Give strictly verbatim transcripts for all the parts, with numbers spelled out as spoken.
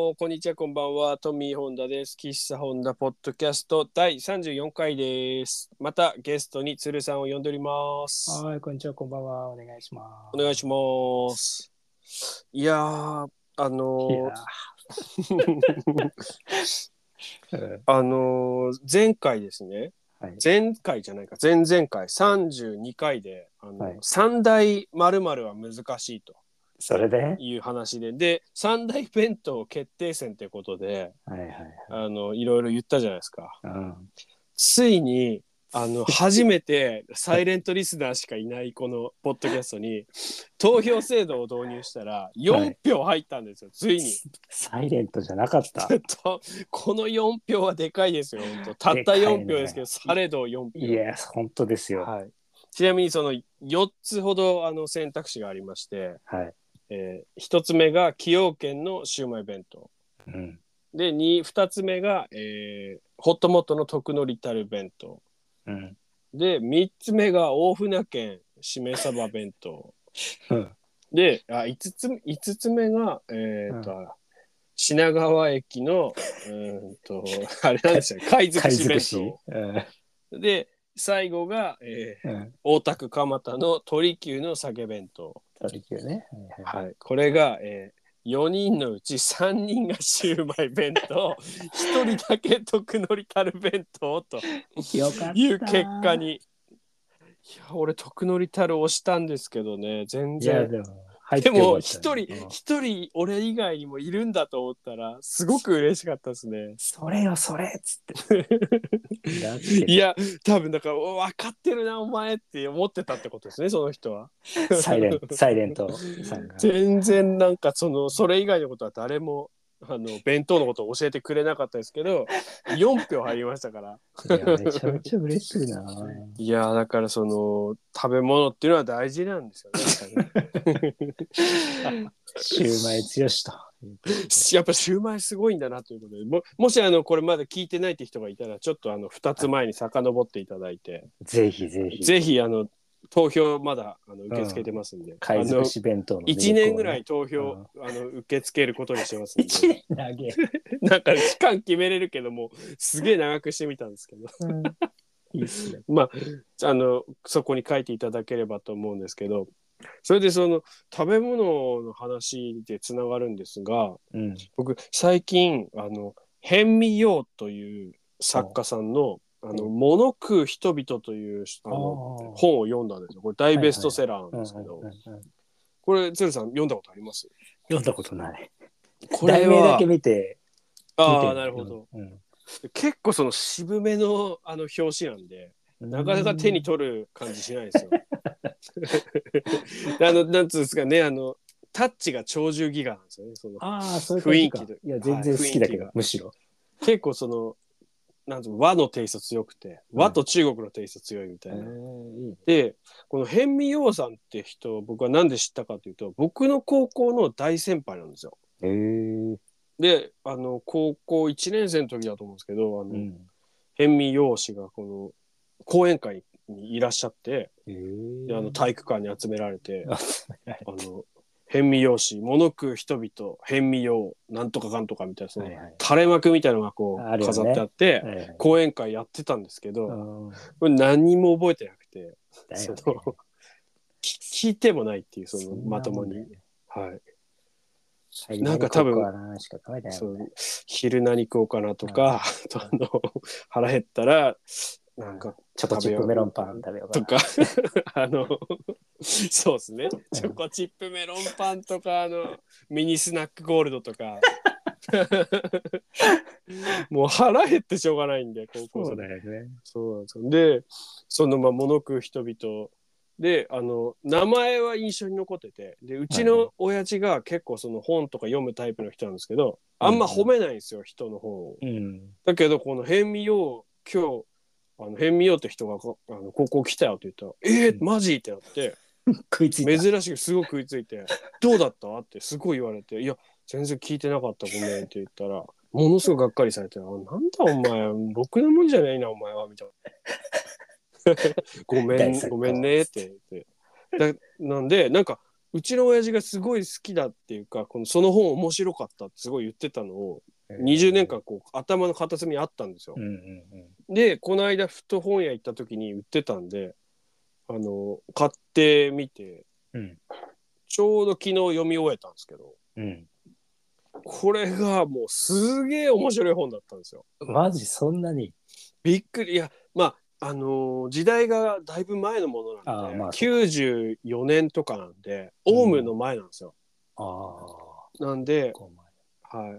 もこんにちは、こんばんは。トミー・ホンダです。喫茶ホンダポッドキャストだいさんじゅうよんかいです。またゲストに鶴さんを呼んでおります。 はい、こんにちは、こんばんは。お願いします。 お願いします。いやー、あのいやー、 ー、 あのー前回ですね。 はい、 前回じゃないか、前々回さんじゅうにかいで、あの、 はい。 三大〇〇は難しいとそれで、 いう話で、で、三大弁当決定戦ということで、 はいはいはい。 あの、いろいろ言ったじゃないですか。 うん。 ついにあの初めてサイレントリスナーしかいないこのポッドキャストに投票制度を導入したらよん票入ったんですよ、ついに。 サイレントじゃなかった。 とこのよん票はでかいですよ、本当。たったよん票ですけど、されどよん票。 いや、本当ですよ。 はい。ちなみにそのよっつほどあの選択肢がありまして、 はい。 えー、ひとつめが崎陽軒のシウマイ弁当うん。 で、 2, 2つ目が、えー、ホットモットの特のリタル弁当うん。 で、みっつめが大船軒しめ鯖弁当。 うん。 で、あ、5つ、5つ目が、えっと、うん、品川駅の、うんと、あれなんですよ、貝尽くし弁当。うん、で、最後が、えーうん、大田区蒲田の鳥久の酒弁当。 鳥久ね。 はい、はい。これが、えー、よにんのうちさんにんがシウマイ弁当、ひとりだけ特のりたる弁当という結果に。いや、俺特のりたる押したんですけどね、全然。いや、でも入ってよかったね。でも一人一人俺以外にもいるんだと思ったらすごく嬉しかったですね。 それよそれっつっていや、多分だから分かってるなお前って思ってたってことですね、その人は。 サイレントサイレントさんが全然なんかそのそれ以外のことは誰もあの弁当のことを教えてくれなかったですけどよん票入りましたから。 いや、めちゃめちゃ嬉しいな。 いや、だからその食べ物っていうのは大事なんですよね。 シュウマイ強しと。 やっぱシュウマイすごいんだなということで、 も, もしあのこれまだ聞いてないって人がいたらちょっとあのふたつまえに遡っていただいて、 ぜひぜひぜひあの投票まだあの受け付けてますんで、 貝尽くし弁当のいちねんぐらい投票、うん、あの受け付けることにしてますんで。いちねん長い。 なんか期間決めれるけどもすげえ長くしてみたんですけど、うん、いいっすね。まああのそこに書いていただければと思うんですけど、それでその食べ物の話でつながるんですが、うん、僕最近あの辺見洋という作家さんのあの物食う人々というあの本を読んだんですよ。これ大ベストセラーなんですけど、これ鶴さん読んだことあります？ 読んだことない。 これは題名だけ見て。 ああ、なるほど。うん、結構その渋めのあの表紙なんで、なかなか手に取る感じしないですよ。あのなんつうんですかね、あのタッチが鳥獣戯画なんですよね。そのああ、そういう雰囲気と。 いや全然好きだけど、はい、むしろ結構そのなんつうの和のテイスト強くて、和と中国のテイスト強いみたいな。うん、で、この辺見洋さんって人、僕はなんで知ったかというと、僕の高校の大先輩なんですよ。 へー。で、 あの高校いちねん生の時だと思うんですけど、あの、うん、辺見洋氏がこの講演会にいらっしゃって、であの体育館に集められて、あの辺見洋氏、物食う人々、辺見洋、なんとかかんとかみたいな、その、はいはい、垂れ幕みたいなのがこう飾ってあって、ね、はいはい、講演会やってたんですけど、これ何も覚えてなくて、その聞いてもないっていう、そのまともに。はい。なんか多分そう昼何食おうかなとか、うん、腹減ったらなんかチョコチップメロンパン食べようとかあのそうですね、チョコチップメロンパンとか、あのミニスナックゴールドとかもう腹減ってしょうがないんで、高校生。 そうだよね。 そうなんですよ。でそのまあ物食う人々で、あの名前は印象に残ってて、でうちの親父が結構その本とか読むタイプの人なんですけど、あんま褒めないんですよ、うん、人の本を、うん、だけどこの辺見よう、今日あの辺見ようって人があの高校来たよって言ったら、えー、マジってなって食いついた。 珍しくすごく食いついてどうだったってすごい言われて、いや全然聞いてなかった、ごめんって言ったらものすごくがっかりされて、あ、なんだお前僕のもんじゃないなお前はみたいなごめんごめんねって言って、だなんでなんかうちの親父がすごい好きだっていうか、このその本面白かったってすごい言ってたのを、にじゅうねんかんこう頭の片隅にあったんですよ。 うんうんうん、 で、この間ふと本屋行った時に売ってたんで、あの買ってみて、 うん、 ちょうど昨日読み終えたんですけど、 うん、 これがもうすげえ面白い本だったんですよ。 マジそんなに？ びっくり。いや、まああのー時代がだいぶ前のものなんで、 あ、まあ、 きゅうじゅうよねんとかなんで、オウムの前なんですよ。 うん、ああ。なんで、はい。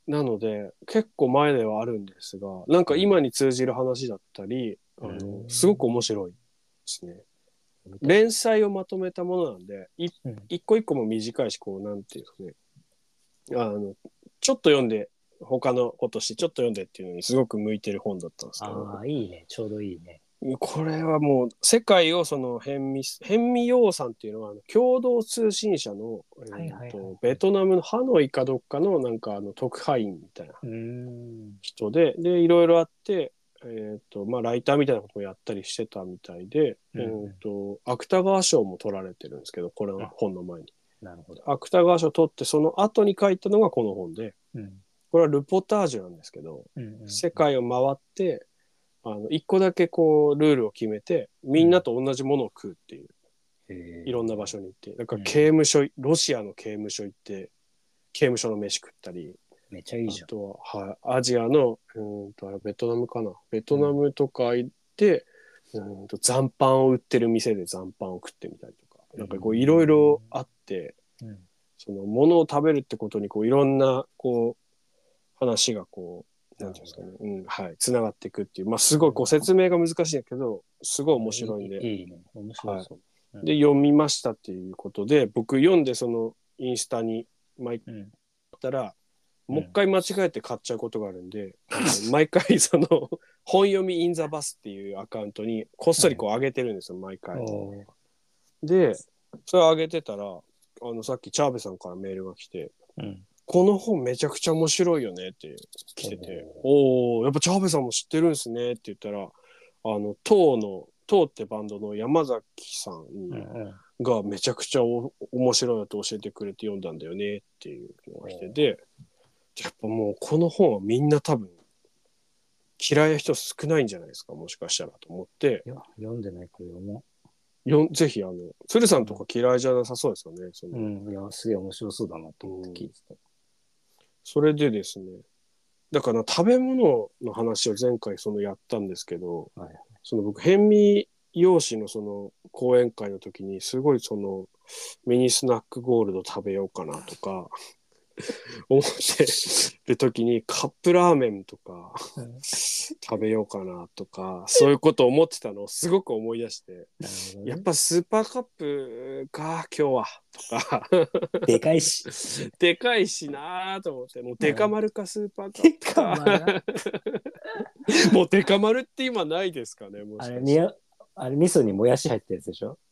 なので、結構前ではあるんですが、なんか今に通じる話だったり、うん、あのすごく面白いですね。連載をまとめたものなんで、い、うん、一個一個も短いし、こう、なんていうんですかね。あの、ちょっと読んで、他のことして、ちょっと読んでっていうのにすごく向いてる本だったんですけど。 ああ、いいね。ちょうどいいね。 これはもう、世界をその、辺見、辺見洋さんっていうのは、あの共同通信社の、えーと、ベトナムのハノイかどっかの、なんか、あの、特派員みたいな人で、で、いろいろあって、えーとまあ、ライターみたいなことをやったりしてたみたいで、うんうん、えーと芥川賞も取られてるんですけど、これは本の前に。 なるほど。 芥川賞取ってその後に書いたのがこの本で、 うん、 これはルポタージュなんですけど、うんうんうん、世界を回ってあの一個だけこうルールを決めてみんなと同じものを食うっていう、うん、いろんな場所に行って、だから刑務所、うん、ロシアの刑務所行って刑務所の飯食ったり、 めっちゃいいじゃん。 あとは、はい、アジアのうんとベトナムかなベトナムとか行って、うん、うんと残飯を売ってる店で残飯を食ってみたりとか、なんかこういろいろあって、うん、そのものを食べるってことにこういろんなこう話がこうなんていうんですかね、うん、はい、つながっていくっていう、まあすごいこう説明が難しいんだけどすごい面白いんで、 いいね、面白そう、 はい、で読みましたっていうことで、僕読んでそのインスタに毎回あったら、うん、もう一回間違えて買っちゃうことがあるんで、うん、毎回その本読みインザバスっていうアカウントにこっそりこう上げてるんですよ、毎回。でそれ上げてたら、あのさっきチャーベさんからメールが来て、うん、この本めちゃくちゃ面白いよねって来てて、おお、やっぱチャーベさんも知ってるんですねって言ったら、あのトーのトーってバンドの山崎さんがめちゃくちゃお面白いなと教えてくれて読んだんだよねっていうのが来てて、やっぱもうこの本はみんな多分嫌いな人少ないんじゃないですか、もしかしたらと思って。 いや読んでないから読もう。 よぜひあの鶴さんとか嫌いじゃなさそうですよね。そのうん、いやすげえ面白そうだなと思って聞いてた、うん、 それでですね、だから食べ物の話を前回そのやったんですけど、はい、その僕辺見洋紙のその講演会の時にすごいそのミニスナックゴールド食べようかなとか思ってる時にカップラーメンとか食べようかなとかそういうことを思ってたのをすごく思い出して、ね、やっぱスーパーカップか今日はとかでかいしでかいしなと思って、もうデカ丸かスーパーカップかもうデカ丸って今ないですかね、もしかして。あれみあれ味噌にもやし入ったやつでしょ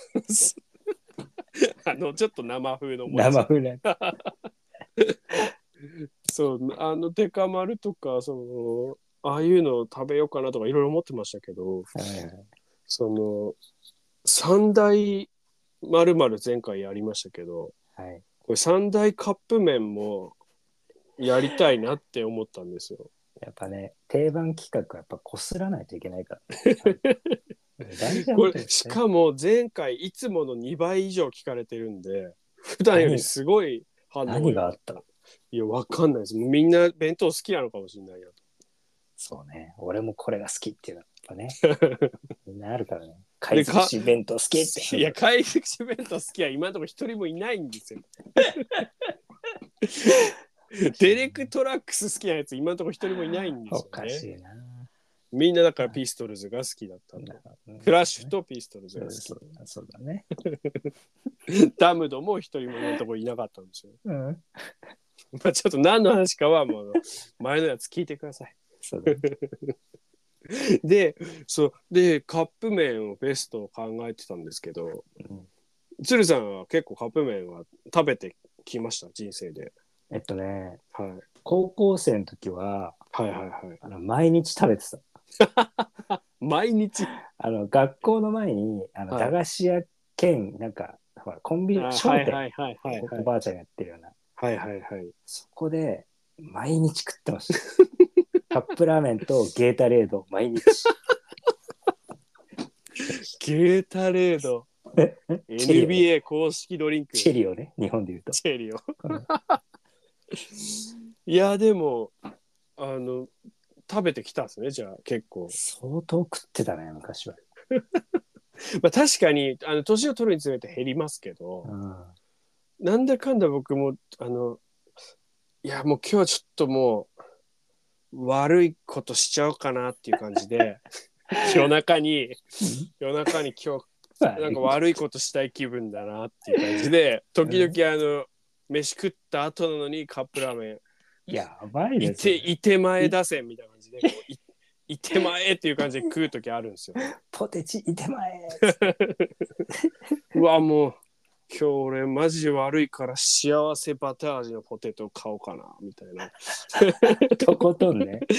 あのちょっと生風のもやし生風ねそうあのデカ丸とかそのああいうのを食べようかなとかいろいろ思ってましたけど、はいはい、その三大まるまる前回やりましたけど、はい、これ三大カップ麺もやりたいなって思ったんですよ。 やっぱね定番企画はやっぱこすらないといけないから、 ね、大事これしかも前回いつものにばい以上聞かれてるんで普段よりすごい反応。何があったの？ いやわかんないです。みんな弁当好きなのかもしれないなと。 そうね、俺もこれが好きっていうのはねみんなあるからね。貝尽くし弁当好きって。 いや貝尽くし弁当好きは今のところ一人もいないんですよデレクトラックス好きなやつ今のところ一人もいないんですよね。 おかしいな。 みんなだからピストルズが好きだったんだ。クラッシュとピストルズが好き。 そうだ、そうだね。 ダムドも一人も今のところいなかったんですよ。うん、まあちょっと何の話かはもう前のやつ聞いてください。そうだねで、そうでカップ麺をベストを考えてたんですけど、うん、鶴さんは結構カップ麺は食べてきました人生で。 えっとね、はい、高校生の時は、 はいはいはい、 あの毎日食べてた。 毎日あの学校の前にあの、はい、駄菓子屋兼なんかほらコンビニあ商店、 はいはいはいはい、はい。 おばあちゃんがやってるような、 はいはいはい。 そこで毎日食ってました。カップラーメンとゲータレード毎日。 ゲータレード。 チェリオねエヌビーエー 公式ドリンク。 チェリオね、日本で言うと。 チェリオ。 うんいや、でも、あの、食べてきたんですね、じゃあ、結構。 相当食ってたね、昔は。 まあ、確かに、あの、年を取るにつれて減りますけど、 うん、 なんだかんだ僕も、あの、いや、もう今日はちょっともう、悪いことしちゃおうかなっていう感じで、夜中に、夜中に今日、なんか悪いことしたい気分だなっていう感じで、時々あの、飯食った後なのにカップラーメン、 やばいいですて、いて前出せみたいな感じで、こういいて前っていう感じで食う時あるんですよ。 ポテチいてまえうわ、もう、今日俺マジ悪いから幸せバター味のポテト買おうかな、みたいな。 とことんね。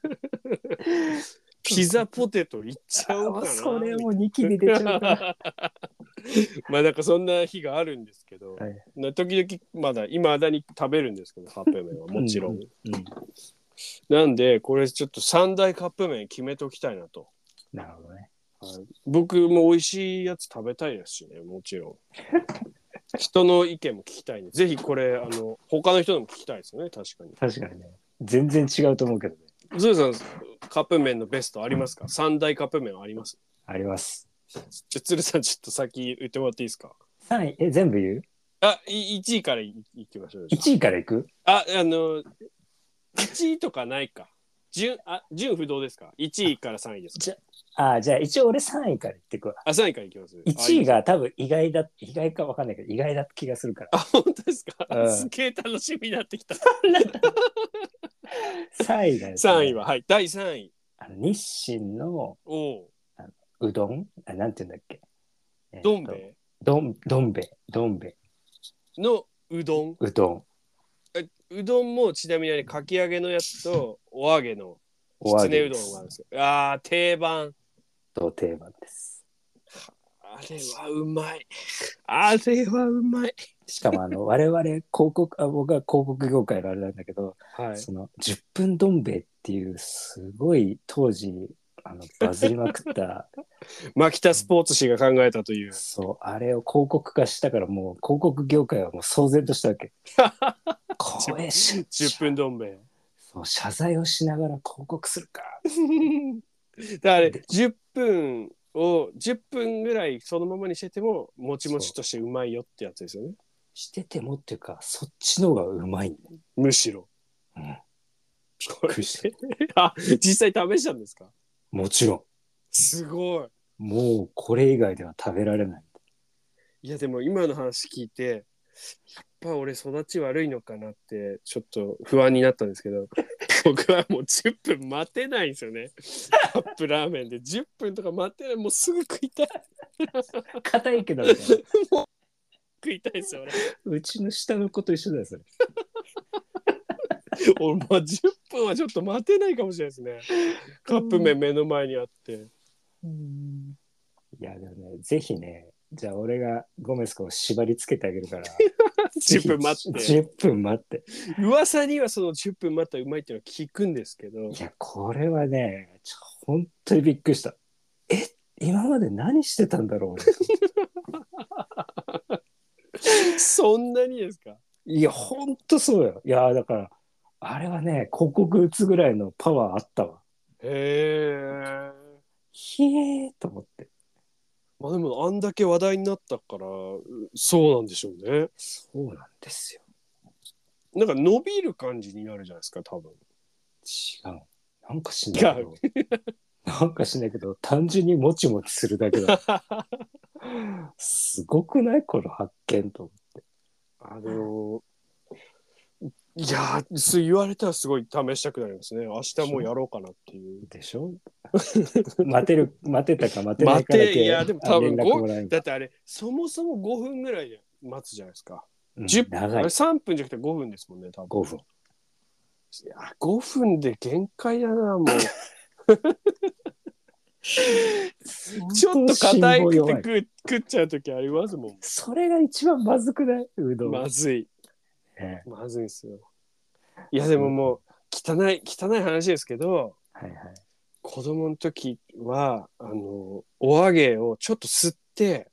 ピザポテトいっちゃおうかな。 それもニキビ出ちゃうからまあなんかそんな日があるんですけど、 はい、 時々まだいまだに食べるんですけど、カップ麺はもちろん、 うんうんうん、 なんでこれちょっと三大カップ麺決めておきたいなと。 なるほどね。 はい、僕も美味しいやつ食べたいですしね、もちろん人の意見も聞きたいね。ぜひこれあの他の人でも聞きたいですよね。確かに確かにね。全然違うと思うけどね。 ゾウさんカップ麺のベストありますか？三大カップ麺はあります？ あります。 じゃあ鶴さんちょっと先言ってもらっていいですか？ さんい、え、全部言う？ あ、いいちいからいいきましょう。 いちいからいく？ あ、あのいちいとかないか。順あ順不動ですか？ いち 位からさんいですか？ じゃあ、じゃあ一応俺さんいから言ってくわ。 あ、さんいからいきます。 いちいが多分意外だ、意外か分かんないけど、意外だ気がするから。 あ、本当ですか？ うん、 すげえ楽しみになってきた。 さんいがですね、 さんいは、はい、だいさんい。 あの日清のおあのうどんあ、なんて言うんだっけ、えーとどん兵衛どんどん兵衛どん兵衛のうどん。 うどんえうどんもちなみにかき揚げのやつとお揚げのきつねうどんがあるんですよ。あー、定番。 と定番です。 あれはうまい。あれはうまい。 しかもあの我々広告あ僕は広告業界のあれなんだけど、 はい。 そのじゅっぷんどん兵衛っていうすごい当時あのバズりまくった牧田スポーツ紙が考えたという。 そうあれを広告化したからもう広告業界はもう騒然としたわけ。これしじゅっぷんどん兵衛。 そう謝罪をしながら広告するか。 だからじゅっぷんをじゅっぷんぐらいそのままにしててももちもちとしてうまいよってやつですよね。 しててもっていうかそっちの方がうまいんだよ。 むしろ。 うん、 これあ、実際試したんですか？ もちろん。 すごい。 もうこれ以外では食べられない。 いやでも今の話聞いてやっぱ俺育ち悪いのかなってちょっと不安になったんですけど僕はもうじゅっぷん待てないんですよね。カップラーメンでじゅっぷんとか待てない。もうすぐ食いたい。 硬いけどみたいな食いたいですよ俺。うちの下の子と一緒だよそれ。 俺まあじゅっぷんはちょっと待てないかもしれないですね。カップ麺目の前にあって。 うんいやでもねぜひねじゃあ俺がゴメスコを縛り付けてあげるからじゅっぷん待ってじゅっぷん待って。 噂にはそのじゅっぷん待ったらうまいっていうのは聞くんですけど、 いやこれはねちょ本当にびっくりした。え今まで何してたんだろう俺。 そんなにですか？ いや本当そうよ。いやだからあれはね広告打つぐらいのパワーあったわ。 へえ。 ひえーと思って。 まあでもあんだけ話題になったからそうなんでしょうね。 そうなんですよ。 なんか伸びる感じになるじゃないですか多分。 違う。なんかしないけど。なんかしないけど単純にもちもちするだけだ。すごくないこの発見と。 あのいやーそう言われたらすごい試したくなりますね。明日もうやろうかなっていう。 でしょ待てる待てたか待てない待かだけていやでも多分連絡もらえる。 だってあれそもそもごふんぐらいで待つじゃないですか。 うん、 じゅう長い。 あれさんぷんじゃなくてごふんですもんね多分。 ごふん。 いやごふんで限界だなもう。 ちょっと硬いくて食食っちゃう時ありますもん。 それが一番まずくないうどん。 まずい、ええ、まずいですよ。いやでももう汚い汚い話ですけど、はいはい、子供の時はあのお揚げをちょっと吸って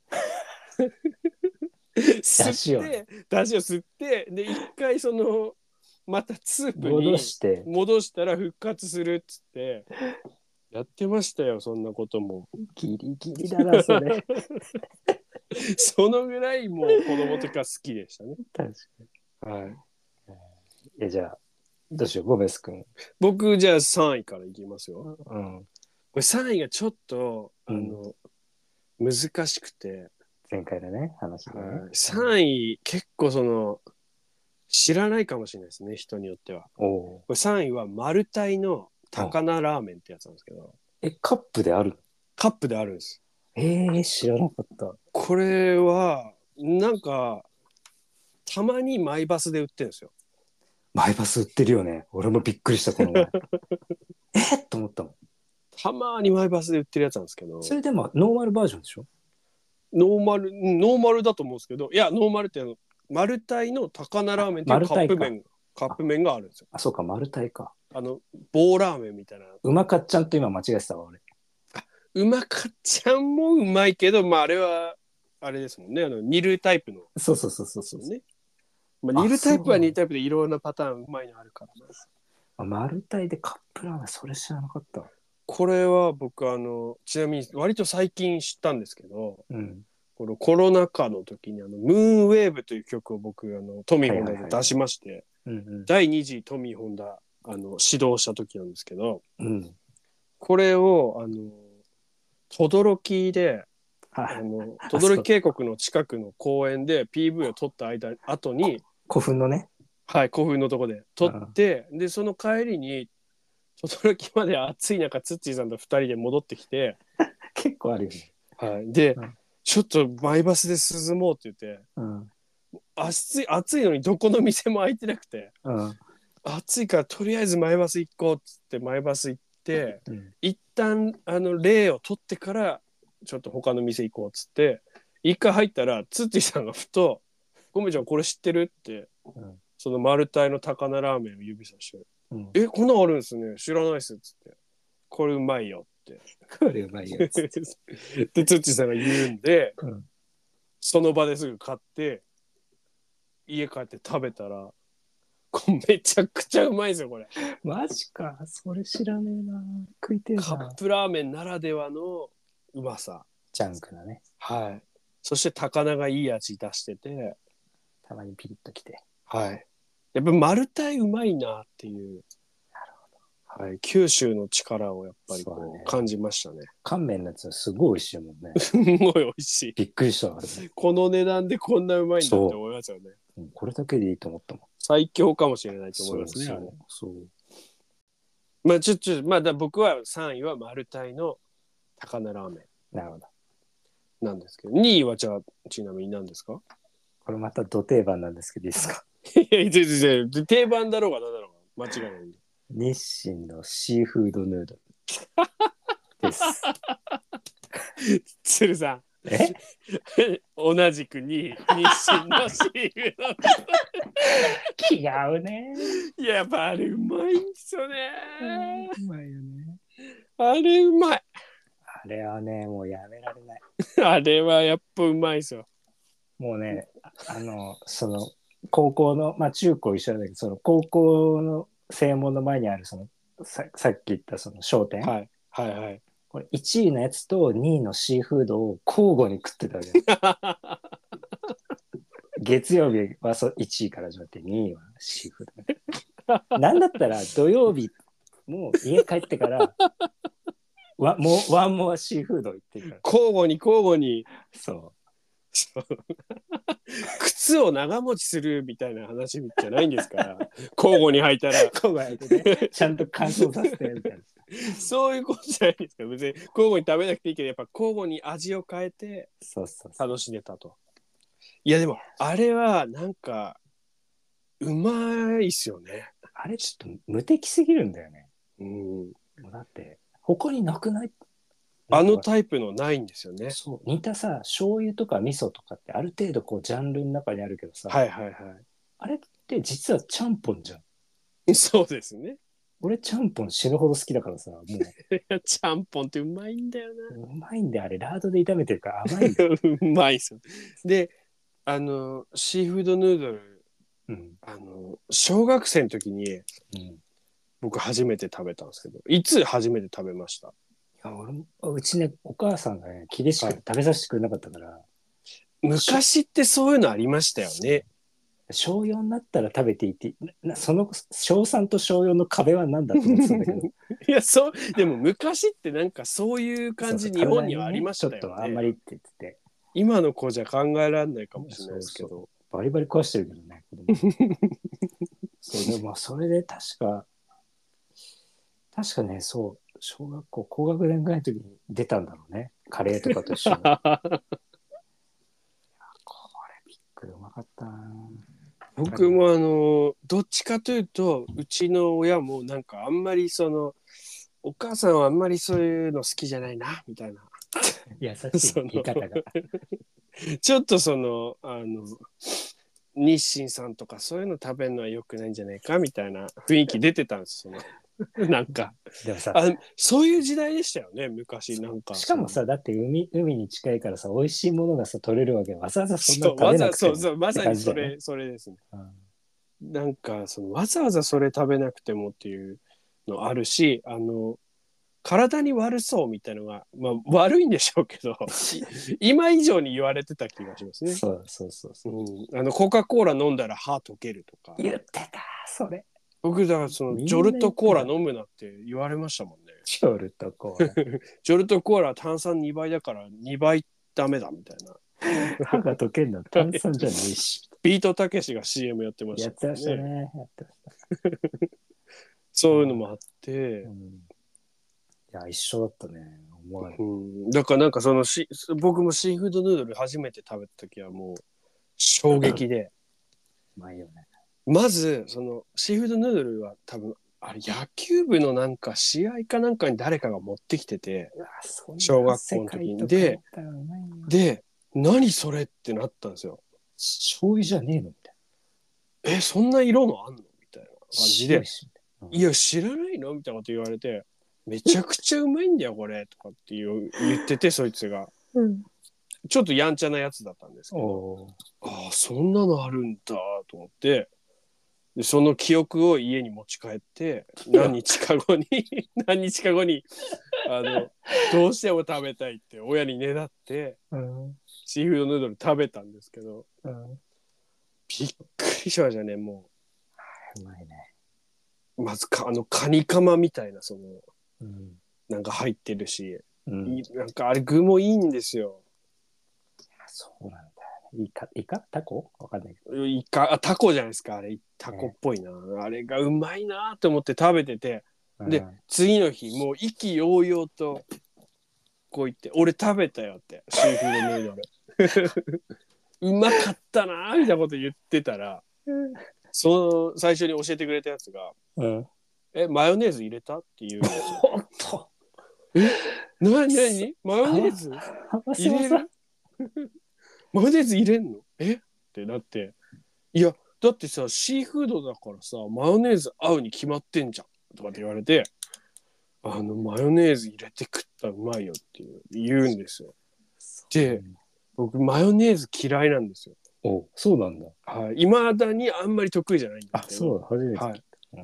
吸って出汁を吸ってで一回そのまたスープに戻して戻したら復活するっつってやってましたよ。そんなこともギリギリだなそれそのぐらいもう子供とか好きでしたね。 確かに、はい、 えじゃあどうしようゴメス君。 僕じゃあさんいからいきますよ、うん、これさんいがちょっとあの、うん、難しくて前回のね話でね、はい、 さんい結構その知らないかもしれないですね人によっては。おこれさんいはマルタイの高菜ラーメンってやつなんですけど。 えカップである？ カップであるんです。 えー、知らなかった。 これはなんかたまにマイバスで売ってるんですよ。 マイバス売ってるよね。俺もびっくりしたこの前えっと思ったもん。 たまにマイバスで売ってるやつなんですけど。 それでもノーマルバージョンでしょ？ ノーマルノーマルだと思うんですけど、いやノーマルってマルタイの高菜ラーメンっていうカップ麺カップ麺があるんですよ。 あ、そうか、マルタイか。 あの棒ラーメンみたいな。 うまかっちゃんと今間違えてたわ俺。 うまかっちゃんもうまいけど、まああれはあれですもんね。あの煮るタイプの。 そうそうそうそうそうね。まあ、煮るタイプは煮るタイプでいろんなパターンうまいのあるからな。 あ、マルタイでカップラーメン、それ知らなかった。 これは僕あのちなみに割と最近知ったんですけど、うん、このコロナ禍の時にあのムーンウェーブという曲を僕あのトミー・ホンダで出しまして、だいに次トミー・ホンダあの指導した時なんですけど、うん、これをあの轟であの轟渓谷の近くの公園で ピーブイ を撮った間後に古墳のね、 はい古墳のとこで撮って、でその帰りに轟まで暑い中ツッチーさんとふたりで戻ってきて結構あるよね。 はい、で、うん、ちょっとマイバスで涼もうって言って、うん、暑い暑いのにどこの店も開いてなくて、うん、暑いからとりあえずマイバス行こうっつってマイバス行って、うん、一旦あの例を取ってからちょっと他の店行こうっつって一回入ったらツッチーさんがふと「ゴメちゃんこれ知ってる?」って、うん、そのマルタイの高菜ラーメンを指さして「うん、えこんなんあるんですね知らないっす」っつって「これうまいよ」ってこれうまいよっつってでツッチーさんが言うんで、うん、その場ですぐ買って家帰って食べたらめちゃくちゃうまいですよこれ。 マジか、それ知らねえな。食いてえな。 カップラーメンならではのうまさ。 ジャンクなね。 はい。そして高菜がいい味出してて、 たまにピリッときて。 はい。やっぱマルタイうまいなっていう。なるほど。はい。九州の力をやっぱりこう感じましたね。 乾麺のやつはすごい美味しいもんね。 すごい美味しい。 びっくりした。 この値段でこんなうまいんだって思いますよね。 これだけでいいと思ったもん。 最強かもしれないと思いますね。そうそうそう。まあちょっとまあだ僕はさんいはマルタイの高菜ラーメン。 なるほど。 なんですけど、にいはじゃあちなみに何ですか？ これまたド定番なんですけどいいですか？ いやいやいや定番だろうが何だろうが間違いないんで。 日清のシーフードヌードルです。 鶴さん。え同じくに日清のシーフード気が合うね。 いややっぱあれうまいんですよね。 うまいよね。 あれうまい。 あれはねもうやめられない。 あれはやっぱうまいですよ。 もうねあのその高校のまあ中高一緒だけどその高校の正門の前にあるその さ, さっき言ったその商店、 はい、はいはいこれいちいのやつとにいのシーフードを交互に食ってたわけ月曜日はそいちいから始まってにいはシーフードなんだったら土曜日もう家帰ってからわもうワンモアシーフード行ってるから交互に交互にそう靴を長持ちするみたいな話じゃないんですから交互に履いたら交互に履いてねちゃんと乾燥させてみたいなそういうことじゃないですか。別に交互に食べなくていいけどやっぱ交互に味を変えて楽しんでたと。いやでもあれはなんかうまいっすよね。 あれちょっと無敵すぎるんだよね。うんだって他になくない？ あのタイプのないんですよね。 そう似たさ醤油とか味噌とかってある程度こうジャンルの中にあるけどさ、 はいはいはい。 あれって実はちゃんぽんじゃん。 そうですね。 俺ちゃんぽん死ぬほど好きだからさ、もういやちゃんぽんってうまいんだよな。 うまいんであれラードで炒めてるから甘いんだよ。 うまいっすよ。で、あの、シーフードヌードル、 うん、 あの、小学生の時にうん、 僕初めて食べたんですけど、いつ初めて食べました？ いや俺もうちねお母さんがね厳しく食べさせてくれなかったから、はい、 昔ってそういうのありましたよね。 小よんになったら食べていてなその小さんと小よんの壁は何だと思ってたんだけどいやそうでも昔ってなんかそういう感じ日本にはありましたよね。 ちょっとあんまりって言ってて今の子じゃ考えられないかもしれないですけど、そうそうバリバリ壊してるけどね子供そうでもそれで確か確かねそう小学校高学年ぐらいの時に出たんだろうねカレーとかと一緒にこれびっくりうまかったな。 僕もあのどっちかというとうちの親もなんかあんまりそのお母さんはあんまりそういうの好きじゃないなみたいな優しい言い方がちょっとそのあの日清さんとかそういうの食べるのは良くないんじゃないかみたいな雰囲気出てたんですよね。なんかでもさあそういう時代でしたよね昔なんか。 しかもさだって海海に近いからさ美味しいものがさ取れるわけわざわざそんな食べなくてもそうそうまさにそれ、ね、それですね、うん、なんかそのわざわざそれ食べなくてもっていうのあるしあの体に悪そうみたいなのが、まあ、悪いんでしょうけど今以上に言われてた気がしますね。 そうそうそうそう、 うん、あのコカ・コーラ飲んだら歯溶けるとか言ってたそれ。 僕だからそのジョルトコーラ飲むなって言われましたもんね。 ジョルトコーラジョルトコーラは炭酸にばいだからにばいダメだみたいな。 歯が溶けんの炭酸じゃないしビートたけしが シーエム やってました、ね、 やってましたねやってましたそういうのもあって、うん、 いや一緒だったね思わない、 うん、だからなんかそのし僕もシーフードヌードル初めて食べた時はもう衝撃でうまいよね。 まずそのシーフードヌードルは多分あれ野球部のなんか試合かなんかに誰かが持ってきてて小学校の時にでで何それってなったんですよ。 醤油じゃねえのみたいな。えそんな色のあんのみたいな感じで、うん、いや知らないのみたいなこと言われてめちゃくちゃうまいんだよこれとかって言っててそいつが、うん、ちょっとやんちゃなやつだったんですけどああそんなのあるんだと思ってでその記憶を家に持ち帰って何日か後に何日か後にあのどうしても食べたいって親にねだって、うん、シーフードヌードル食べたんですけど、うん、びっくりしましたねもう。うまいね。 まずかあのカニカマみたいなその、うん、なんか入ってるし、うん、なんかあれ具もいいんですよ。 そうなんだ。イカ、イカタコわかんないけど。 イカ、あ、タコじゃないですか。あれ、タコっぽいな。ね、あれがうまいなと思って食べてて。うん、で、次の日、もう意気揚々と、こう言って、俺食べたよって、シーフードヌードル。うまかったなみたいなこと言ってたら、その、最初に教えてくれたやつが、うん、え、マヨネーズ入れたっていう。ほんとえ、なになにマヨネーズ入れるマヨネーズ入れんのえってなっていやだってさシーフードだからさマヨネーズ合うに決まってんじゃんとかって言われてあのマヨネーズ入れて食ったらうまいよっていう言うんですよ。で僕マヨネーズ嫌いなんですよ。 おそうなんだ。 はい。未だにあんまり得意じゃないんですけど。 あそう初めて、はいうん、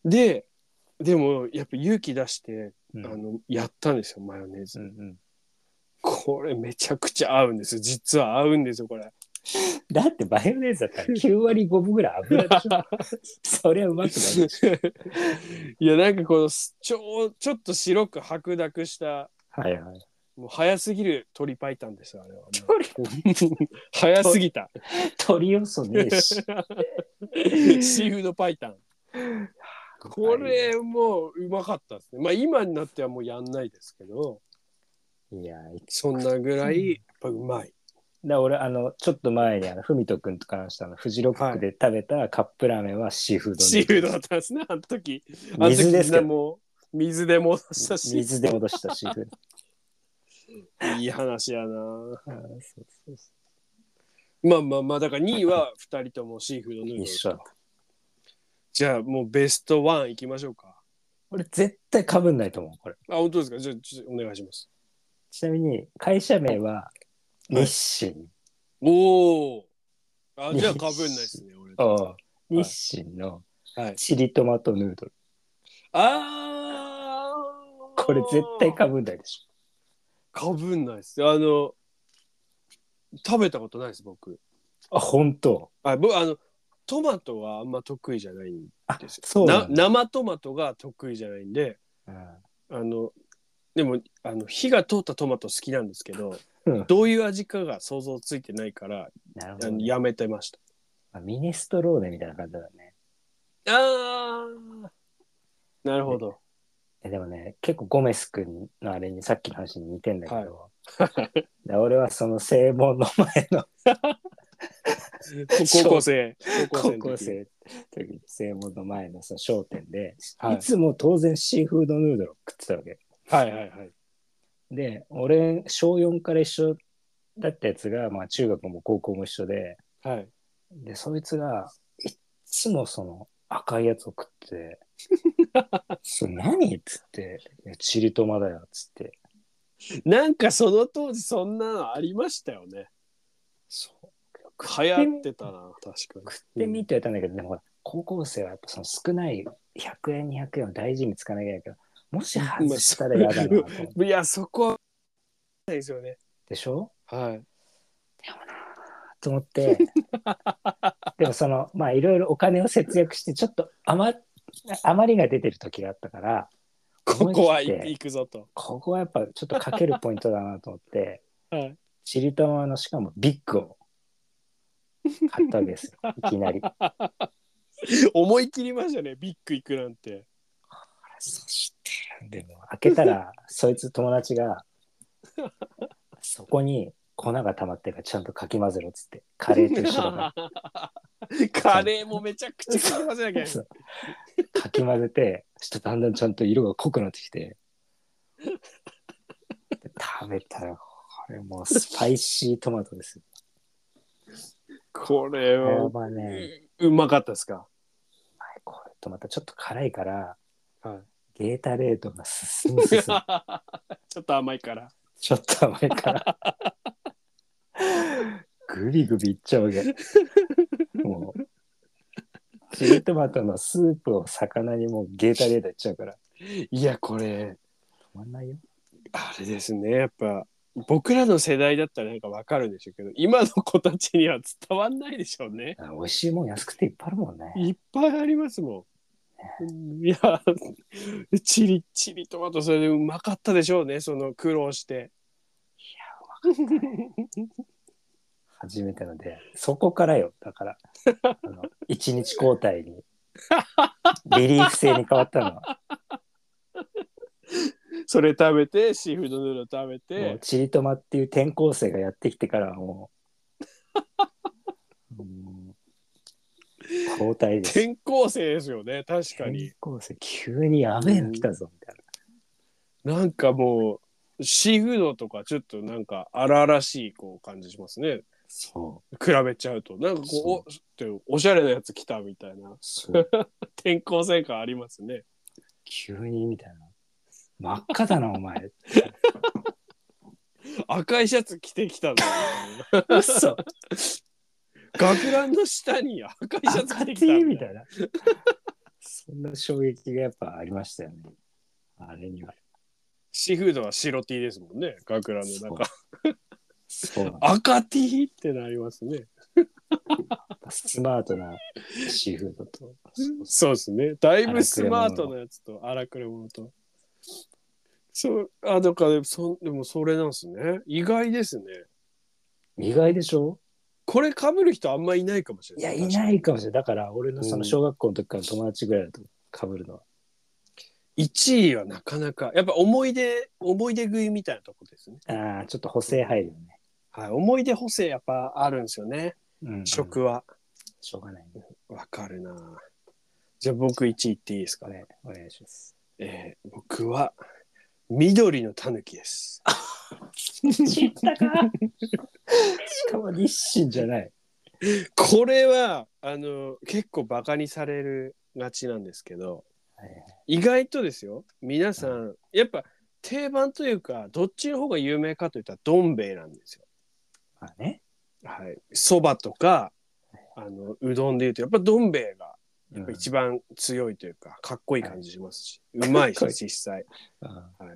ででもやっぱ勇気出して、うん、あのやったんですよマヨネーズ。うんうんこれめちゃくちゃ合うんですよ。実は合うんですよこれ。 だってマヨネーズだったらきゅうわりごぶぐらい油でしょそりゃうまくないでしょいやなんかこのちょちょっと白く白濁したはいはいもう早すぎる鶏白湯ですあれは、ね、早すぎた鶏要素ねえしシーフード白湯これもううまかったですね。まあ今になってはもうやんないですけどいやそんなぐらいやっぱうまい。 だ俺あのちょっと前にあのふみとくんと話したのフジロックで食べたカップラーメンはシーフード、 シーフードだったんですねあの時。 水ですけどもう水で戻したし水で戻したシーフードいい話やな。 あそうそうそまあまあまあ、だからにいはふたりともシーフードヌードル。 一緒だった。 じゃあもうベストワンいきましょうか。 俺絶対被んないと思う、これ。 あ、本当ですか。じゃあちょっとお願いします。 ちなみに、会社名は日清。 おお。あ、じゃあ被んないですね、俺。 ああ日清のはい。 チリトマトヌードル。 あー。 これ絶対被んないでしかぶんないです。あの、食べたことないです、僕。 ょ。あ、本当。 あ、僕、あの、トマトはあんま得意じゃないんあ、 ですよ。 そうなんだ。 な生トマトが得意じゃないんで、 うん、 あの、でも、あの、火が通ったトマト好きなんですけど、 うん、 どういう味かが想像ついてないから、 なるほど、ね、 あのやめてました。 あ。ミネストローネみたいな感じだね。 あー、なるほど。 で、でもね、結構ゴメス君のあれにさっきの話に似てんだけど、 はい、 で俺はその正門の前の高校生高校生の時に正門の前のその商店で、 はい、 いつも当然シーフードヌードルを食ってたわけ。 はいはいはい。 で、俺、小よんから一緒だったやつが、まあ中学も高校も一緒で、 はい。 で、そいつがいっつもその赤いやつを食って、それ何っつって、いやチリトマだよっつって。 なんかその当時そんなのありましたよね。 そう。 流行ってたな、確かに。 食ってみてやったんだけど、うん、でもほら、高校生はやっぱその少ないひゃくえん、にひゃくえんを大事に使わなきゃいけないけど、もし外したら嫌だなと思って。 いや、そこはないですよね。 でしょ？ はい。 でもなと思って、でもその、まあいろいろお金を節約して、ちょっと余余りが出てる時があったから、 ここは行くぞと。 ここはやっぱちょっとかけるポイントだなと思って、 はい、 チリトマのしかもビッグを買ったわけですよ。いきなり。 思い切りましたね、ビッグ行くなんて。 そしてでも開けたらそいつ友達がそこに粉が溜まってるからちゃんとかき混ぜろっつって、カレーと一緒だからカレーもめちゃくちゃかき混ぜなきゃいけない。 かき混ぜて、ちょっとだんだんちゃんと色が濃くなってきて、食べたらこれもうスパイシートマトですよ。 これは、 これはね、 うまかったですか？ これとまたちょっと辛いから、 はい、 ゲータレードが進む進むちょっと甘いからちょっと甘いからグビグビいっちゃうわけ。もうチリトマトのスープを魚にもうゲータレードいっちゃうから。 いや、これ止まんないよ。 あれですね、やっぱ僕らの世代だったらなんかわかるんでしょうけど、今の子たちには伝わんないでしょうね。 美味しいもん安くていっぱいあるもんね。 いっぱいありますもん。いや、チリチリトマトそれでうまかったでしょうね、その苦労して。 いや、うまかったね。初めてので、そこからよ。だから、あの一日交代に、リリーフ制に変わったのは。 それ食べて、シーフードヌードル食べて。 もうチリトマっていう転校生がやってきてからはもう、うん、交代です。 転校生ですよね、確かに。 転校生、急にやべえの来たぞ、みたいな。なんかもう、シーフードとかちょっとなんか荒々しいこう感じしますね。 そう。 比べちゃうと。なんかこう、お、おしゃれなやつ来たみたいな。 そう転校生感ありますね。 急にみたいな。真っ赤だな、お前。 赤いシャツ着てきたの。 嘘。 学ランの下に赤いシャツ着てきたみたいな。そんな衝撃がやっぱありましたよね。あれには。 シーフードは白 T ですもんね、学ランの中。 そう赤 T ってなりますね。 スマートなシーフードと。 そうですね。だいぶスマートなやつと荒くれ者と。そうあだからそでもそれなんですね。意外ですね。 意外でしょ？ これ被る人あんまいないかもしれない。 いやいないかもしれない。だから俺のその小学校の時からの友達ぐらいだと被るのは。 いちいはなかなかやっぱ思い出思い出食いみたいなとこですね。 ああちょっと補正入るよね。 はい、思い出補正やっぱあるんですよね。うんうん、食は。 しょうがない、ね。 わかるな。じゃあ僕いちいっていいですかね。 お願いします。 えー、僕は緑のタヌキです。 知ったか。しかも日清じゃない。 これはあの結構バカにされるがちなんですけど、はい、意外とですよ皆さん、うん、やっぱ定番というかどっちの方が有名かといったらどん兵衛なんですよ。 あね、 はい、そばとかあのうどんでいうとやっぱどん兵衛がやっぱ一番強いというか、うん、かっこいい感じしますし、はい、うまいし実際、はい、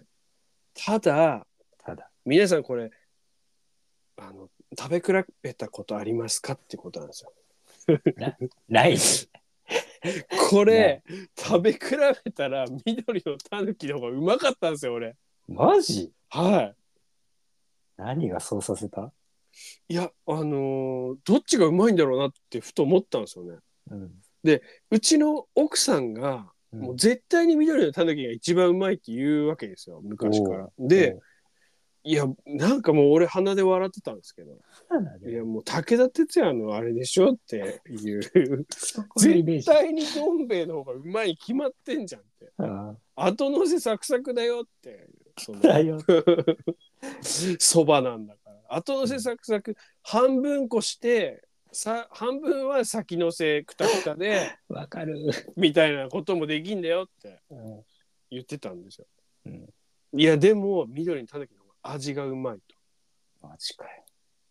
ただただ皆さんこれあの食べ比べたことありますかってことなんですよ。 なないこれ食べ比べたら緑のたぬきの方がうまかったんですよ俺。 マジ？ はい。 何がそうさせた？ いやあのー、どっちがうまいんだろうなってふと思ったんですよね。うん、でうちの奥さんが、うん、もう絶対に緑のたぬきが一番うまいって言うわけですよ昔から。でいやなんかもう俺鼻で笑ってたんですけど、いやもう武田鉄矢のあれでしょっていう絶対にどん兵衛の方がうまいに決まってんじゃんって、ああ後乗せサクサクだよってそのそばなんだから後乗せサクサク、うん、半分こしてさ半分は先乗せくたくたでわかるみたいなこともできんだよって言ってたんですよ、うん、いやでも緑のたぬきの味がうまいと。 マジかよ。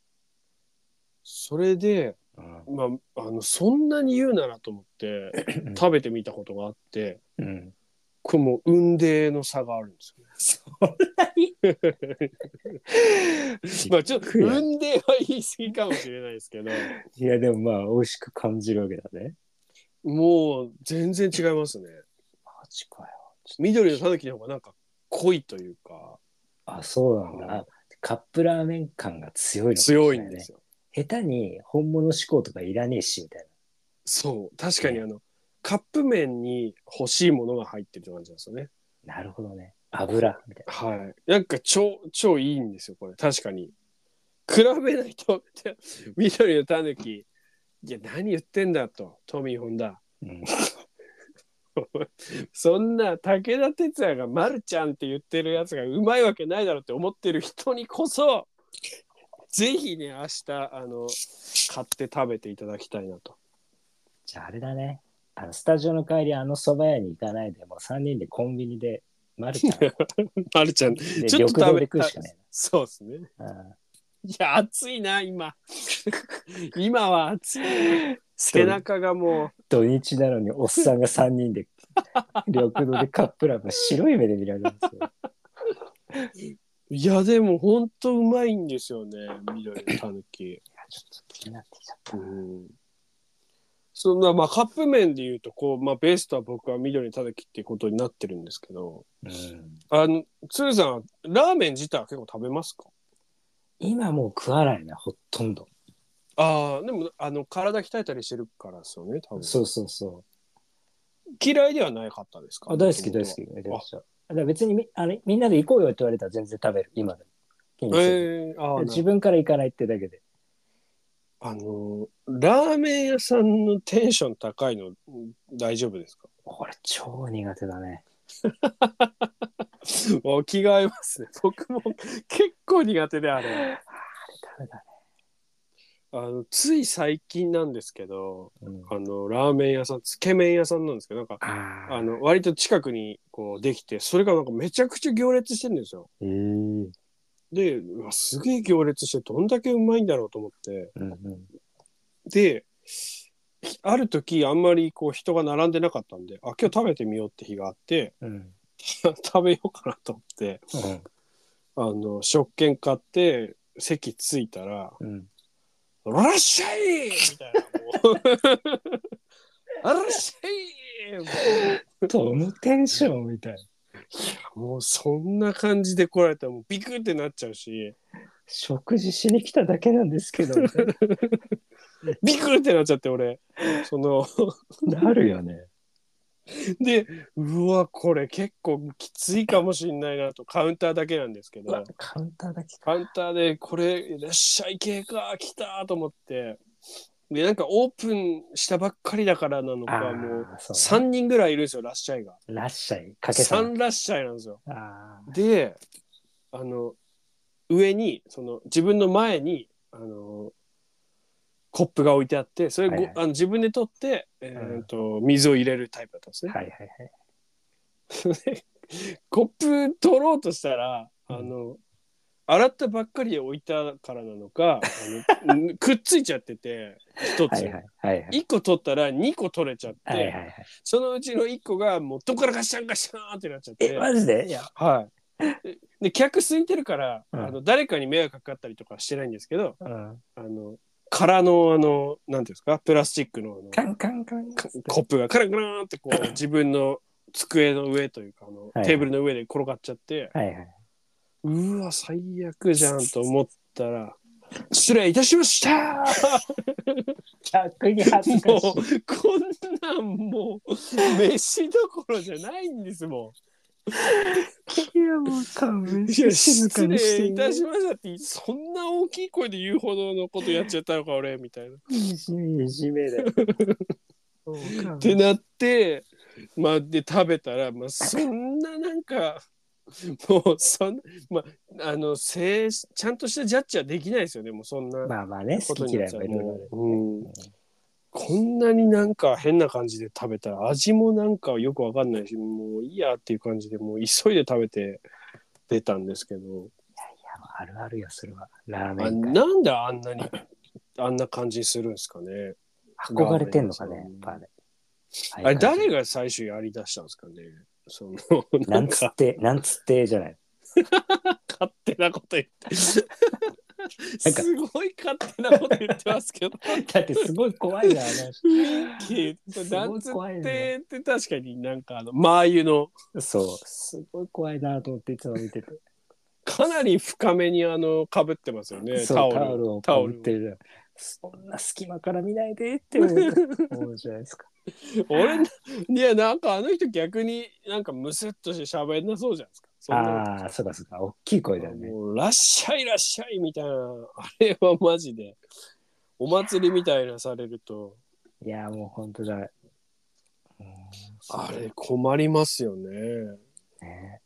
それで、うん、まああのそんなに言うならと思って食べてみたことがあって、うん、これもう雲泥の差があるんですよね。 そんなにまあちょっと雲泥は言い過ぎかもしれないですけど。 いやでもまあ美味しく感じるわけだね。 もう全然違いますね。 マジかよ。 緑のたぬきの方がなんか濃いというか。 あ、そうなんだ。カップラーメン感が強いのかもしれないね。強いんですよ。 下手に本物志向とかいらねえしみたいな。 そう確かにあの、ね、カップ麺に欲しいものが入ってる感じなんですよね。 なるほどね。油みたいな。 はい。なんか超超いいんですよこれ確かに。比べないと緑のたぬきいや何言ってんだとトミー・ホンダ。うんそんな武田鉄矢がマルちゃんって言ってるやつがうまいわけないだろうって思ってる人にこそぜひね明日あの買って食べていただきたいなと。 じゃああれだね、あのスタジオの帰りあの蕎麦屋に行かないでもうさんにんでコンビニでマルちゃんマルちゃんちょっと食べて食うそうですね。いや暑いな今今は暑い背中がもう土日なのにおっさんがさんにんで緑道でカップラーメン白い目で見られるんですよ。 いやでもほんとうまいんですよね緑のたぬき。いやちょっと気になってきちゃった。うん、 そんなまあカップ麺でいうとこう、まあ、ベースとは僕は緑のたぬきっていうことになってるんですけど、うん、あの鶴さんラーメン自体は結構食べますか？ 今もう食わないなほとんど。 ああでもあの体鍛えたりしてるからですよね多分。 そうそうそう。 嫌いではなかったですか？ あ大好き大好き。めちゃくちゃ。だから別にみあれみんなで行こうよって言われたら全然食べる今でも。気にせず、えー、あ自分から行かないってだけで。 あのラーメン屋さんのテンション高いの大丈夫ですか？ 俺超苦手だね。 もう気が合いますね。僕も結構苦手であれ。あれダメだね。 あのつい最近なんですけど、うん、あのラーメン屋さんつけ麺屋さんなんですけどなんかあの割と近くにこうできてそれがなんかめちゃくちゃ行列してるんですよ。へーでうわすげえ行列してどんだけうまいんだろうと思って、うんうん、である時あんまりこう人が並んでなかったんであ今日食べてみようって日があって、うん、食べようかなと思って、うん、あの食券買って席着いたら、うんらっしゃいみたいなもうあらっしゃいどのテンションみたいな。いやもうそんな感じで来られたらもうビクってなっちゃうし食事しに来ただけなんですけどビクってなっちゃって俺そのなるよね。 でうわこれ結構きついかもしんないなとカウンターだけなんですけどカウンターだけカウンターでこれいらっしゃい系か来たと思ってでなんかオープンしたばっかりだからなのかもうさんにんぐらいいるんですよラッシャイが。 ラッシャイかけさんラッシャイなんですよ。あであの上にその自分の前にあのコップが置いてあってそれ、はいはい、あの自分で取って、えーとうん、水を入れるタイプだったんですね。はいはいはい、コップ取ろうとしたら、うん、あの洗ったばっかりで置いたからなのかあのくっついちゃってて一つ、はいはいはいはい、いっこ取ったらにこ取れちゃって、はいはいはい、そのうちのいっこがもうどっからガシャンガシャンってなっちゃって。 えマジで？いや、 はい、で客空いてるから、うん、あの誰かに迷惑かかったりとかしてないんですけど、うん、あの空のあのなんていうんですかプラスチックのあのカンカンカンコップがカランカランってこう自分の机の上というかあの、はいはい、テーブルの上で転がっちゃって、はいはい、うわ最悪じゃんと思ったら失礼いたしました逆に恥ずかしい。 もうこんなんもう飯どころじゃないんですもん。 いやもう勘弁して静かにして失礼いたしましたってそんな大きい声で言うほどのことやっちゃったのか俺みたいな。 いじめいじめだよ。 ってなってまあで食べたらまあそんななんかもうそんまああのせちゃんとしたジャッジはできないですよねもうそんなまあまあね好き嫌いもいろいろある、うん、 こんなになんか変な感じで食べたら味もなんかよくわかんないしもういいやっていう感じでもう急いで食べて出たんですけど。いやいやあるあるよそれはラーメンあなんであんなにあんな感じするんですかね。 憧れてんのかねやっぱね。 あれ誰が最初やりだしたんですかね。そのなんつってなんつってじゃない勝手なこと言ってすごい勝手なこと言ってますけどだってすごい怖いな雰囲気なんつってって確かになんかあのマー油のそうすごい怖いなと思っていつも見ててかなり深めにあの被ってますよね。 タオルタオルを被ってる。そんな隙間から見ないでって思う思うじゃないですか。 俺いやなんかあの人逆になんかムスッとして喋んなそうじゃないですか。 そああそうかそうか大きい声だよね。 もうらっしゃいらっしゃいみたいなあれはマジでお祭りみたいなされるといやもう本当だ、うん、 あれ困りますよね。ね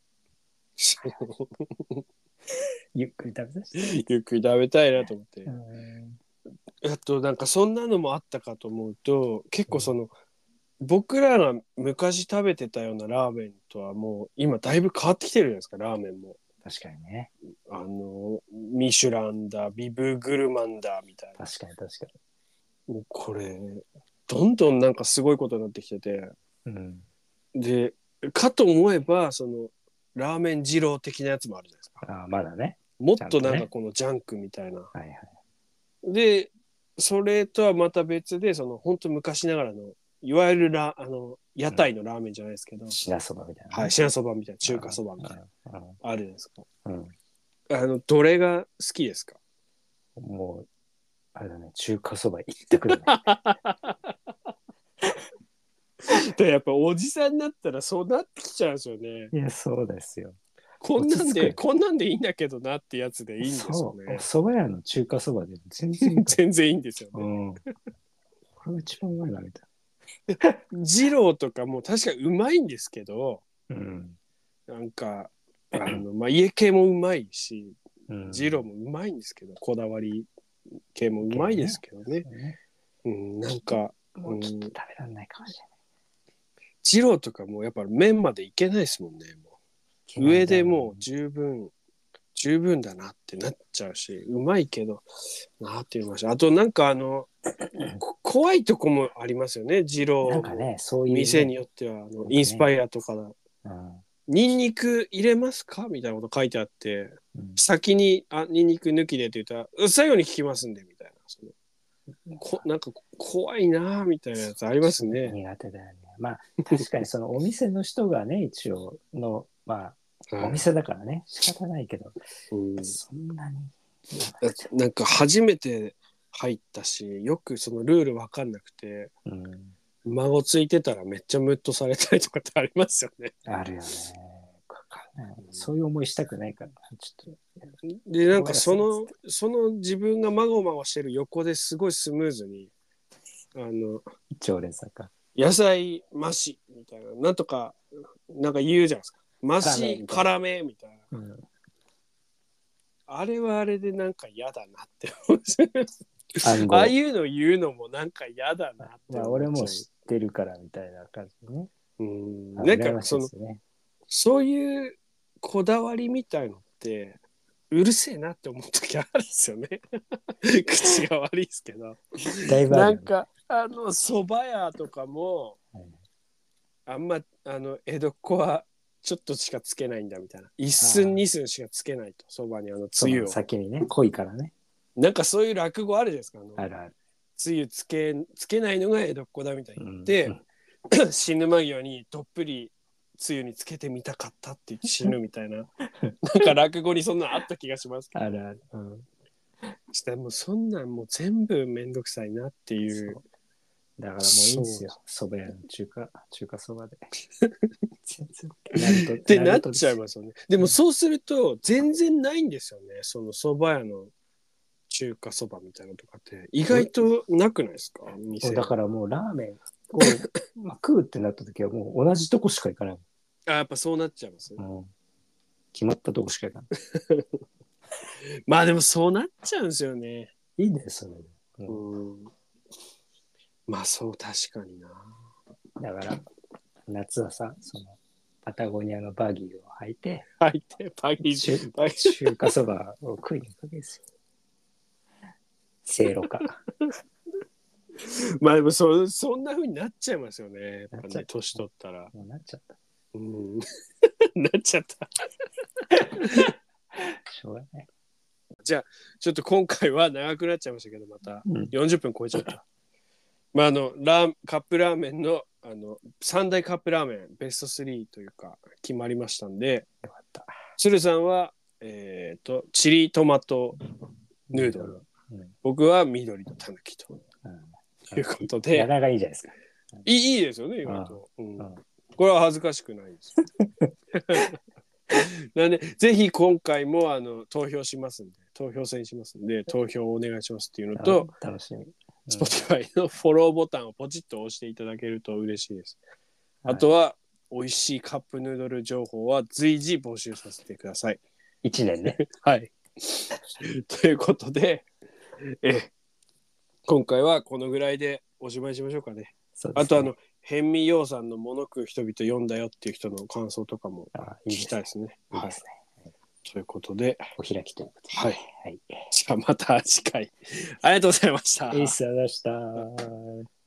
ゆっくり食べさせてゆっくり食べたいなと思って、うん、あとなんかそんなのもあったかと思うと結構その、うん、僕らが昔食べてたようなラーメンとはもう今だいぶ変わってきてるじゃないですかラーメンも。 確かにね。 あのミシュランだビブグルマンだみたいな。 確かに確かにもうこれどんどんなんかすごいことになってきてて、うん、でかと思えばそのラーメン二郎的なやつもあるじゃないですか。 あまだね。 もっとなんかこのジャンクみたいな。ねはいはい、でそれとはまた別でその本当昔ながらのいわゆるラあの屋台のラーメンじゃないですけど、 品そばみたいな、 ね、はい品そばみたいな中華そばみたいな、うんうん、あるじゃないですか、うん、あのどれが好きですか？ もうあれだね中華そば一択だねでやっぱおじさんになったらそうなってきちゃうんですよね。 いやそうですよ。 こんなんでこんなんでいいんだけどなってやつでいいんですよね。 そば屋の中華そばで全然全然いいんですよね。うん、 これが一番うまいなみたいな。二郎とかも確かうまいんですけど、うん、なんかあのまあ家系もうまいし、うん、二郎もうまいんですけどこだわり系もうまいですけどね。ねうん、なんかもうちょっと食べられないかもしれない。 二郎とかもうやっぱ麺までいけないですもんね。もう上でもう十分十分だなってなっちゃうしうまいけどなって言いました。あとなんかあの怖いとこもありますよね二郎。 なんかねそういう、ね、 店によってはあの、ね、インスパイアとかだ、うん、ニンニク入れますかみたいなこと書いてあって、うん、先にあニンニク抜きでって言ったら最後に聞きますんでみたいなそのこなんか怖いなみたいなやつありますね。 苦手だよね。まあ確かにそのお店の人がね一応のまあお店だからね仕方ないけど、うん、そんなになんか初めて入ったしよくそのルール分かんなくて、うん、孫ついてたらめっちゃムッとされたりとかってありますよね。 あるよね。そういう思いしたくないからちょっとでなんかそのその自分がまごまごしてる横ですごいスムーズにあの常連さんか野菜増しみたいななんとかなんか言うじゃないですか増し辛めみたいな、うん、 あれはあれでなんか嫌だなって思う。 暗号ああいうの言うのもなんか嫌だなってまあ、 思っちゃう。 俺も知ってるからみたいな感じでね。 うん。 あなんか羨ましいそのですね。 そういうこだわりみたいのってうるせえなって思う時あるんですよね。口が悪いですけど。 だいぶあるよね。 なんかあの蕎麦屋とかもはいあんまあの江戸っ子はちょっとしかつけないんだみたいな。一寸二寸しかつけないと蕎麦にあのつゆを。 先にね、濃いからね。 なんかそういう落語あるじゃないですか。あのあるある。 つゆつけつけないのが江戸っ子だみたいに言って、うん、死ぬ間際にどっぷりつゆにつけてみたかったって言って死ぬみたいななんか落語にそんなのあった気がしますけど、 あるある。うん、 してもうそんなんもう全部めんどくさいなっていう。 だからもういいんですよ。蕎麦屋の中華、中華蕎麦で。全然。 ってなっちゃいますよね。でもそうすると全然ないんですよね。その蕎麦屋の中華そばみたいなのとかって意外となくないですか？店。 だからもうラーメンを、まあ、食うってなった時はもう同じとこしか行かない。 あ、やっぱそうなっちゃいます、 うん、決まったとこしか行かない。 まあでもそうなっちゃうんですよね。 いいんだよ、それで。 うん、うん、まあそう、確かにな。 だから夏はさ、そのパタゴニアのバギーを履いて、 履いてバギーバギー中華そばを食いに行くわけですよ。せいろか。 まあでも そ, そんな風になっちゃいますよね。やっぱね、年取ったら。 もうなっちゃった。 うん、なっちゃった。 しょうがない。 じゃあちょっと今回は長くなっちゃいましたけど、またよんじゅっぷん超えちゃった。うん、まああのラーカップラーメンのあのさん大カップラーメンベストスリーというか決まりましたんで、よかった。鶴さんはえっ、ー、とチリトマトヌードル、うん、僕は緑のたぬきと、うん、いうことで、 なかなかいいじゃないですか。 いいいいですよね、意外と。うんうん、これは恥ずかしくないです。なんでぜひ今回もあの投票しますんで、投票選しますんで、投票をお願いしますっていうのと、 楽しみ。 Spotify のフォローボタンをポチッと押していただけると嬉しいです。はい、あとは美味しいカップヌードル情報は随時募集させてください。 いちねんね。 はい。ということで、え今回はこのぐらいでおしまいしましょうかね。そうですね。あとあの辺見洋さんの物食う人々読んだよっていう人の感想とかも聞きたいですね。いいですね。はい、ということでお開きということで、 はい、はい、じゃあまた次回ありがとうございました。 ありがとうございました。